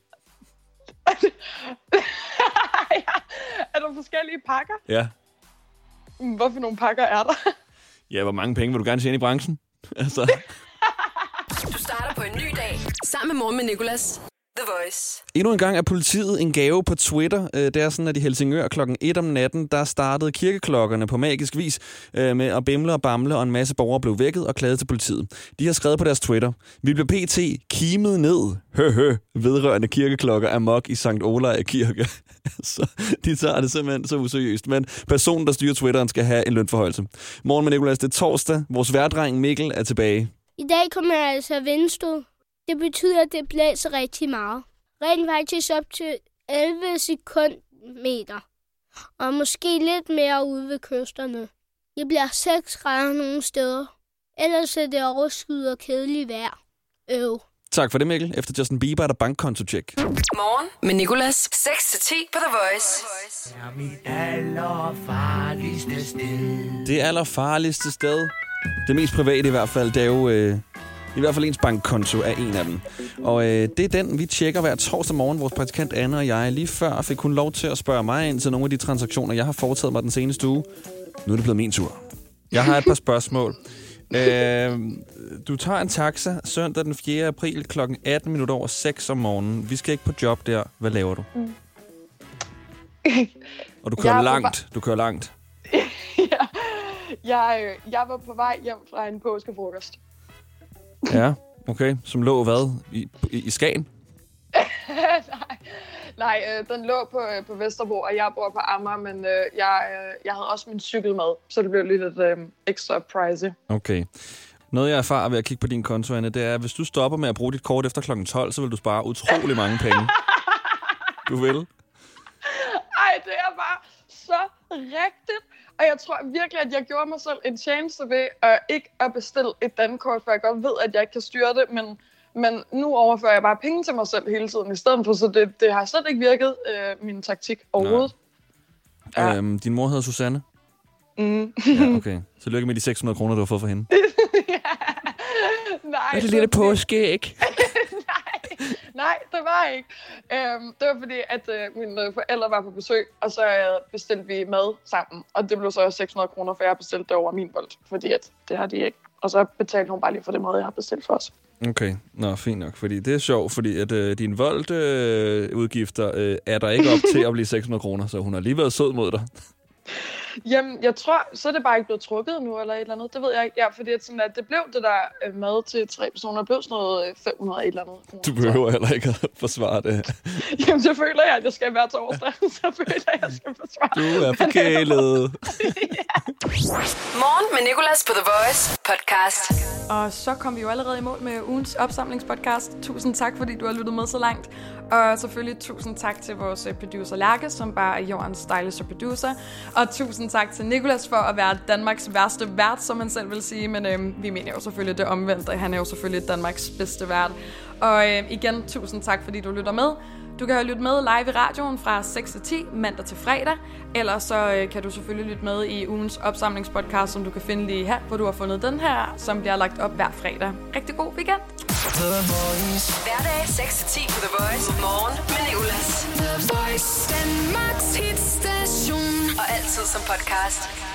Er der forskellige pakker? Ja. Hvorfor nogle pakker er der? Ja, hvor mange penge vil du gerne tjene i branchen? Altså. Du starter på en ny dag sammen med Morgen med Nicolas. The Voice. Endnu en gang er politiet en gave på Twitter. Det er sådan, at i Helsingør klokken 1 om natten, der startede kirkeklokkerne på magisk vis med at bimle og bamle, og en masse borgere blev vækket og klaget til politiet. De har skrevet på deres Twitter: vi blev pt. Kimet ned, vedrørende kirkeklokker amok i Sankt Olav Kirke. Så de tager det simpelthen så useriøst. Men personen, der styrer Twitteren, skal have en lønforhøjelse. Morgen med Nicolas, det er torsdag. Vores værdreng Mikkel er tilbage. I dag kommer jeg altså vindstød. Det betyder, at det blæser rigtig meget. Rent faktisk op til 11 sekundmeter. Og måske lidt mere ude ved kysterne. Det bliver 6 grader nogle steder. Ellers er det overskyet og kedeligt vejr. Tak for det, Mikkel. Efter Justin Bieber er der bankkonto-check. Morgen med Nicolas. 6-10 på The Voice. Det er mit allerfarligste sted. Det allerfarligste sted. Det mest private i hvert fald, det er jo I hvert fald ens bankkonto er en af dem. Og det er den, vi tjekker hver torsdag morgen. Vores praktikant Anne og jeg lige før fik hun lov til at spørge mig ind til nogle af de transaktioner, jeg har foretaget mig den seneste uge. Nu er det blevet min tur. Jeg har et par spørgsmål. Du tager en taxa søndag den 4. april kl. 18:06 om morgenen. Vi skal ikke på job der. Hvad laver du? Og du kører langt. Du kører langt. Jeg var på vej hjem fra en påskefrokost. Ja, okay. Som lå hvad? I Skagen? Nej, den lå på Vesterbro, og jeg bor på Amager, men jeg havde også min cykel med, så det blev lidt ekstra pricey. Okay. Noget, jeg erfarer ved at kigge på din konto, Anne, det er, at hvis du stopper med at bruge dit kort efter kl. 12, så vil du spare utrolig mange penge. Du vil? Ej, det er bare så rigtigt. Og jeg tror virkelig, at jeg gjorde mig selv en tjeneste ved ikke at bestille et dankort, for jeg godt ved, at jeg ikke kan styre det, men nu overfører jeg bare penge til mig selv hele tiden i stedet for, så det har slet ikke virket min taktik overhovedet. Ja. Din mor hedder Susanne? Mm. Ja, okay. Så lykke med de 600 kroner, du har fået for hende. Nej, er det lille påskeæg? Nej, det var ikke. Det var fordi, at mine forældre var på besøg, og så bestilte vi mad sammen. Og det blev så 600 kroner, for jeg bestilte det over min Volt, fordi at det har de ikke. Og så betalte hun bare lige for det mad, jeg har bestilt for os. Okay, nå, fint nok. Fordi det er sjovt, fordi at dine Volt-udgifter er der ikke op til at blive 600 kroner, så hun har lige været sød mod dig. Jamen, jeg tror, så er det bare ikke blevet trukket nu, eller et eller andet. Det ved jeg ikke. Ja, fordi at sådan, at det blev det der mad til 3 personer, blev sådan noget 500 et eller andet. Du behøver heller ikke at forsvare det. Jamen, så føler jeg, at jeg skal være torsdag. Så føler jeg, at jeg skal forsvare. Du er forkælet. Morgen med Nicolas på The Voice podcast. Og så kom vi jo allerede i mål med ugens opsamlingspodcast. Tusind tak, fordi du har lyttet med så langt. Og selvfølgelig tusind tak til vores producer Lærke, som bare er jordens stylist og producer. Og tusind tak til Nicolas for at være Danmarks værste vært, som han selv vil sige. Men vi mener jo selvfølgelig det omvendte. Han er jo selvfølgelig Danmarks bedste vært. Og igen, tusind tak, fordi du lytter med. Du kan lytte med live i radioen fra 6 til 10, mandag til fredag. Ellers så kan du selvfølgelig lytte med i ugens opsamlingspodcast, som du kan finde lige her, hvor du har fundet den her, som bliver lagt op hver fredag. Rigtig god weekend. Hverdag 6 til 10 på The Voice. Morgen med Nicolas. The Voice. Danmarks hitstation. Og altid som podcast.